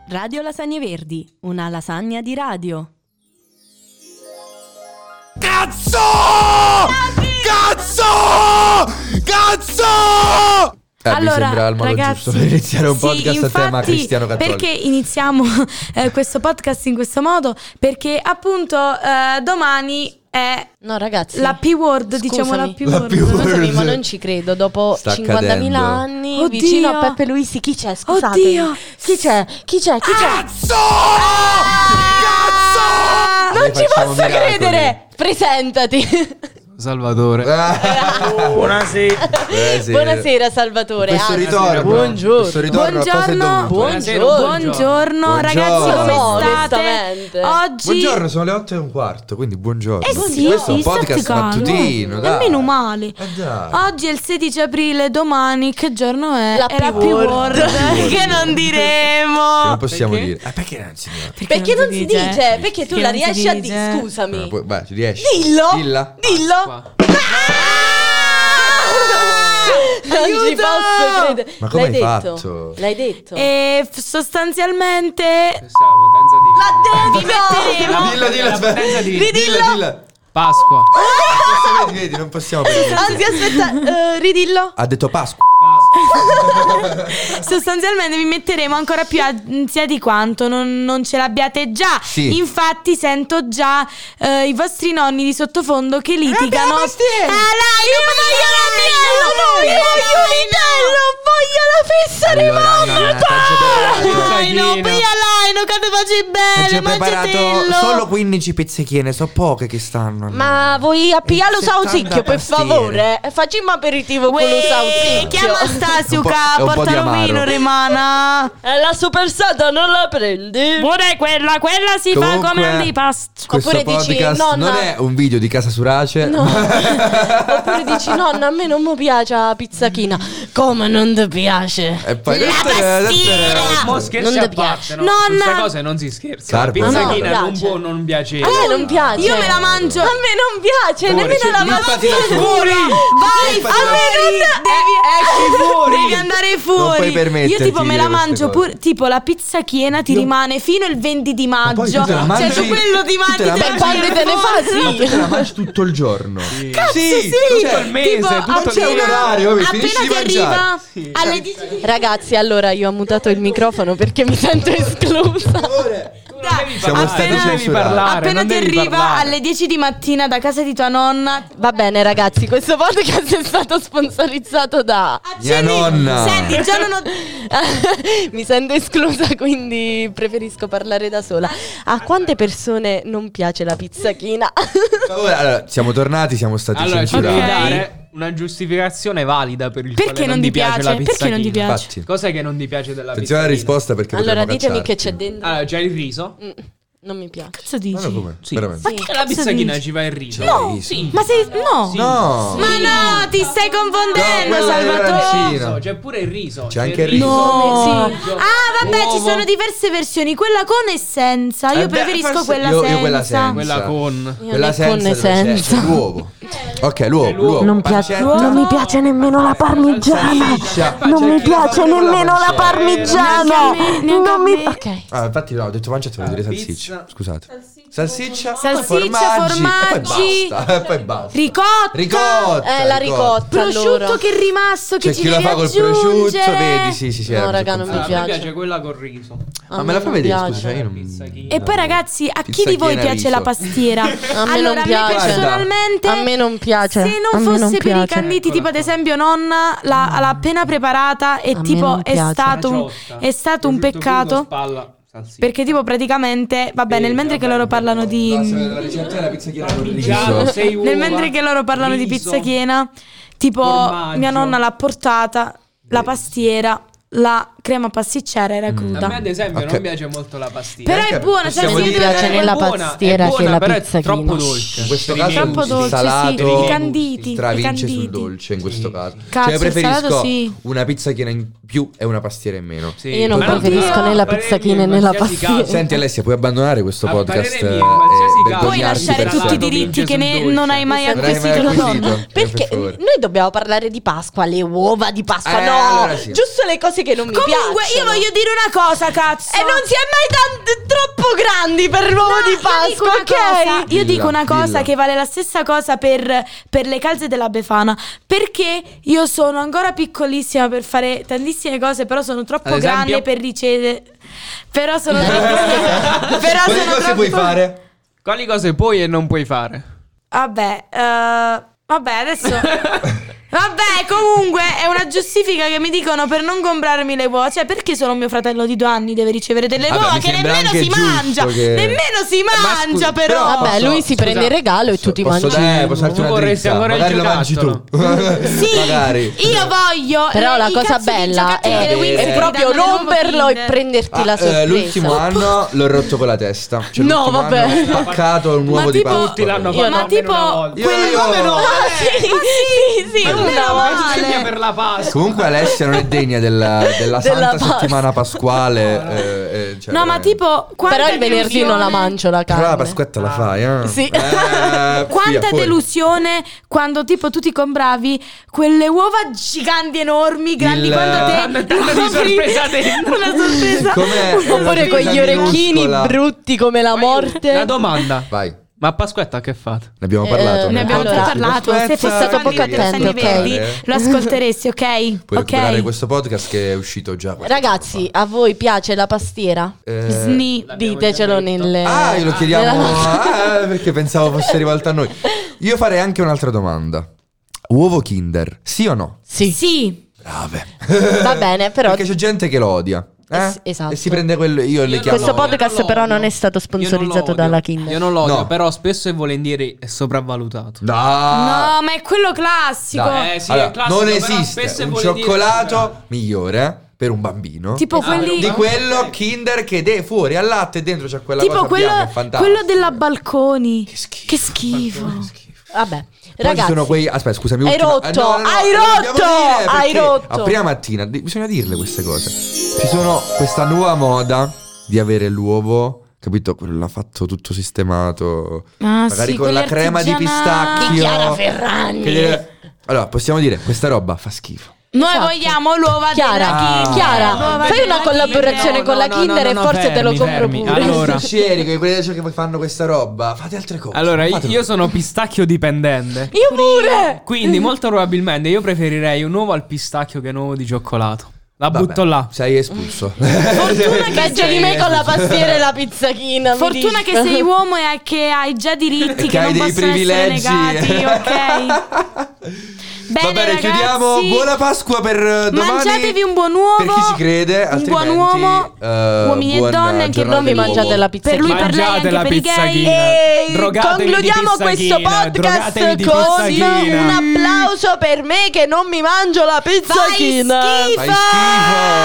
Radio Lasagne Verdi, una lasagna di radio. Cazzo! Cazzo! Cazzo! Allora, mi sembra il modo ragazzi, giusto per iniziare un podcast infatti, a tema cristiano cattolico. Perché iniziamo questo podcast in questo modo? Perché appunto domani è ragazzi, la P-word, diciamo la P-word. Scusami, ma non ci credo. Dopo 50.000 anni, Oddio, vicino a Peppe Luisi, chi c'è? Scusate. Oddio, Chi c'è? Cazzo! Cazzo! Non ci posso credere! Presentati. Salvatore. Buonasera. Buonasera Salvatore. Questo ritorno. Buongiorno ragazzi, come state? Oggi Buongiorno, sono le 8:15, quindi buongiorno. sì, questo è un podcast state calmo. mattutino, dai. Nemmeno male. Dai. Oggi è il 16 aprile, domani che giorno è? La È la P-word. P-word che non diremo. Che non possiamo Perché? dire. Perché non si dice? Perché non si dice? Perché tu Perché la non si riesci a dice? dire? Scusami. Vai, riesci. Dillo. Dilla. Dillo. Non ci posso credere. Ma come L'hai hai detto? fatto? L'hai detto? E sostanzialmente Questa è la potenza di L'ha detto. Dillo, la aspetta. potenza di Dilla. Pasqua. Vedi, non possiamo permettere. Anzi, aspetta, ridillo. Ha detto Pasqua. sostanzialmente vi metteremo ancora più ansia di quanto non ce l'abbiate già. Sì. Infatti sento già i vostri nonni di sottofondo che litigano. la pastiera! Io voglio l'agnello, Voglio la festa di Laino, pia Laino, che ti facci bene, Ci ho preparato mangiatello. solo 15 pizzichine, so poche che stanno. Ma vuoi appia lo 70 sausicchio per pastiere. favore? Facciamo aperitivo con lo sausicchio. Chiama Stasio Un po'- che è un po' di porta un amaro. vino rimana. La supersata non la prendi? Pure quella si Comunque, fa come antipasto. Questo Oppure dici, podcast nonna- non è un video di Casa Surace. No. Oppure dici nonna, a me non mi piace la pizzachina. Come non ti piace? E poi La pastiera! Mo scherzi Non a ti parte, no? Nonna! Su queste cose non si scherza. La Carbo. pizzachina No, non piace. può non piacere. A me non piace. Io me la mangio. A me non piace, nemmeno la Limpati da pastiera. fuori. Vai Limpati da fuori, devi andare fuori. Non puoi permetterti Io tipo di me dire la mangio queste pure. Tipo la pizzachiena ti rimane fino il 20 di poi maggio. tu te la Cioè mangi- su quello ti tu mangi te la te mangi- la Quando te ne fa, Ma tu sì. te la mangi tutto il giorno. Cazzo, sì, tutto il mese, tipo, tutto il c'è un orario, vabbè, finisci appena di ti mangiare. arriva alle 10 Ragazzi, allora io ho mutato il microfono perché mi sento esclusa. Siamo stati appena- censurati. appena non ti devi arriva parlare. alle 10 di mattina da casa di tua nonna. Va bene ragazzi, questo podcast è stato sponsorizzato da... Mia nonna. Senti, già non ho. Mi sento esclusa, quindi preferisco parlare da sola. A quante persone non piace la pizzachina? Allora, siamo tornati, siamo stati Allora, ci devi censurati. Ok. dare una giustificazione valida per il Perché quale non ti piace? la pizzachina. Perché non ti piace? Infatti. Cos'è che non ti piace della Attenzione alla pizzachina? risposta perché Allora potremmo ditemi che cacciarti. c'è dentro. Allora, c'è il riso. Non mi piace. Cazzo dici? Ma no, come? Sì. Veramente? Sì. La pizzachina dici? ci va il riso. No. Sì. Ma sei. No. Sì. No. Ma no, ti stai confondendo, No, quella è Salvatore. l'arancina. C'è pure il riso. C'è anche il riso. No. Sì. Ah, vabbè, ci Uovo. sono diverse versioni. Quella con e senza. Io Eh beh, preferisco forse quella io senza. quella senza. Quella con. Io Quella né con senza né dove c'è senza. l'uovo. Ok, l'uovo. Non piace, Pancetta. non mi piace nemmeno la parmigiana. Salsiccia. Non mi piace nemmeno la parmigiana. Neanche a Non mi. me. Ok. Ah, infatti no, ho detto pancetta, volevo dire salsiccia. Pizza. Scusate. Salsiccia, Salsiccia, formaggi. E poi basta. Ricotta. Ricotta. La ricotta. Prosciutto allora. che è rimasto, che C'è ci chi la devi fa col aggiungere. prosciutto, vedi, sì. No, raga, non mi A me piace. piace quella col riso. Ma me la fa non vedere, piace. scusa, io non... Pizzachina. E poi ragazzi, a chi di voi Pizzacchiera piace la riso. pastiera? A me Allora, non piace. personalmente, A me non piace. se A non me non fosse per i piace. canditi, tipo ad esempio nonna l'ha appena preparata e A me tipo non è piace. stato un, Ciotta. è stato un Prosciutto peccato. crudo, spalla, salsiccia. Perché tipo praticamente, vabbè, nel mentre che loro parlano La di ricetta della pizzacchiera con il Parmigiano, riso. 6 uova, nel mentre che loro parlano di riso, pizzachiena, tipo formaggio. mia nonna l'ha portata la pastiera, la crema pasticcera era A cruda. me ad esempio Ok. non piace molto la pastiera. Però è buona, cioè possiamo nel dire- senso piace che- né la È buona, pastiera è buona, che la però è pizzachina. troppo dolce. In questo Per i caso miei troppo gusti. dolce, salato sì, i canditi, stravince i sul canditi. dolce in questo caso. Cazzo, Cioè io il salato preferisco sì. una pizzacchiera in più e una pastiera in meno. Sì. Io non Ma preferisco né la parere pizzachina mio, né in la qualsiasi pastiera. caso. Senti Alessia, puoi abbandonare questo A podcast parere mio, in qualsiasi caso. Puoi vergognarti lasciare per tutti i sempre. diritti che sul dolce. non hai mai Non hai mai acquisito da acquisito. nonna. Perché Per favore. noi dobbiamo parlare di Pasqua, le uova di Pasqua, no, allora sì. giusto le cose che non mi Come Comunque io piacciono. voglio dire una cosa, cazzo. E non si è mai troppo grandi per l'uovo di Pasqua, ok? Io dico una cosa Dilla. che vale la stessa cosa per le calze della Befana. Perché io sono ancora piccolissima per fare tantissime cose, però sono troppo Ad esempio? grande per ricevere. Però sono troppo. Però Quali sono cose troppo. puoi fare? Quali cose puoi e non puoi fare? Vabbè, adesso. Vabbè, comunque è una giustifica che mi dicono per non comprarmi le uova. Cioè, perché solo mio fratello di 2 anni deve ricevere delle Vabbè, uova mi che sembra nemmeno anche si giusto mangia? che- Nemmeno si mangia, scusa, però. Vabbè, lui si prende il regalo e tu ti mangi. Posso darti Tu una vorresti dritta? ancora il Magari la mangi tu. Sì, Magari. io voglio. Però la i cosa cazzo di bella giocattoli è, delle Winston è che proprio danno nell'uovo romperlo e Kinder. prenderti la sorpresa. L'ultimo anno l'ho rotto con la testa. Cioè, No, l'ultimo vabbè. anno ho spaccato un uovo di tipo- Pasqua. Tutti l'hanno Io fatto no. Ma almeno tipo una volta. Io- Come no? Sì, Ma una meno volta. male. Segna per la Pasqua. Comunque Alessia non è degna della santa Pasqua. settimana pasquale. Cioè, No, ma veramente. tipo. quanta Però il venerdì non la delusione- mangio la Però la carne. Pasquetta la fai, eh? Sì. Quanta fuori. delusione quando tipo tu ti compravi quelle uova giganti enormi, grandi Il- quanto te. Danno di sorpresa dentro. Una sorpresa. Come Oppure con gli orecchini brutti come la morte. Una domanda. Vai, Ma a Pasquetta che fate? ne abbiamo parlato. Ne abbiamo Allora, già parlato. Se Pasquetta, fossi stato poco parte della attento, Sani ok. Verdi, lo ascolteresti, ok? Puoi recuperare Ok. questo podcast che è uscito già. Ragazzi, a voi piace la pastiera? Sni. Ditecelo nelle. Glielo chiediamo. nella- Perché pensavo fosse rivolta a noi. Io farei anche un'altra domanda. Uovo Kinder, sì o no? Sì. Sì. Brave. Va bene, però Perché c'è gente che lo odia. esatto. E si prende quello. Io le chiamo. questo podcast Io non però l'odio. non è stato sponsorizzato dalla Kinder. Io non lo odio, No. però spesso e volentieri è sopravvalutato. No. No, ma è quello classico. Dai. Sì, Allora, è classico, non però esiste spesso e un volentieri cioccolato migliore per un bambino Tipo quelli. di quello Kinder che fuori al latte e dentro c'è quella Tipo cosa bianca, è quello, fantastico. quello della Balconi. schifo. Che schifo. Vabbè, Poi ragazzi. ci sono quei. Aspetta, scusami. Hai ultima- rotto, no, hai lo rotto, dobbiamo dire hai perché rotto. A prima mattina bisogna dirle queste cose. Ci sono questa nuova moda di avere l'uovo, capito? Quello l'ha fatto tutto sistemato. Ah, magari sì, con la quelli crema di artigianali. pistacchio. Di Chiara Ferragni. Allora, possiamo dire, questa roba fa schifo. Noi Esatto. vogliamo l'uova Chiara, della Kinder. Chiara, L'uova fai della una collaborazione Kinder. con la Kinder e forse te lo compro fermi. pure. Allora, Sinceri, quelli che fanno questa roba, fate altre cose. allora Fatelo. io sono pistacchio dipendente. Io pure. Quindi molto probabilmente io preferirei un uovo al pistacchio che un uovo di cioccolato. La Vabbè, butto là. sei espulso. Peggio di me con la pastiera e la pizzachina. mi Fortuna dici. che sei uomo e che hai già diritti E che hai non dei possono privilegi. essere negati, ok? Va bene, ragazzi, chiudiamo. Buona Pasqua per domani. Mangiatevi un buon uovo. Per chi ci crede, un altrimenti, buon uomo, uomini e buona donne, anche giornata non vi dell'uovo. mangiate la Per pizza. lui, per lei, Mangiate anche la per i gay. pizzachina. E Drogatevi di concludiamo questo pizzachina, podcast drogatevi di con pizzachina. un applauso per me che non mi mangio la Fai pizzacchina. schifo. Fai schifo.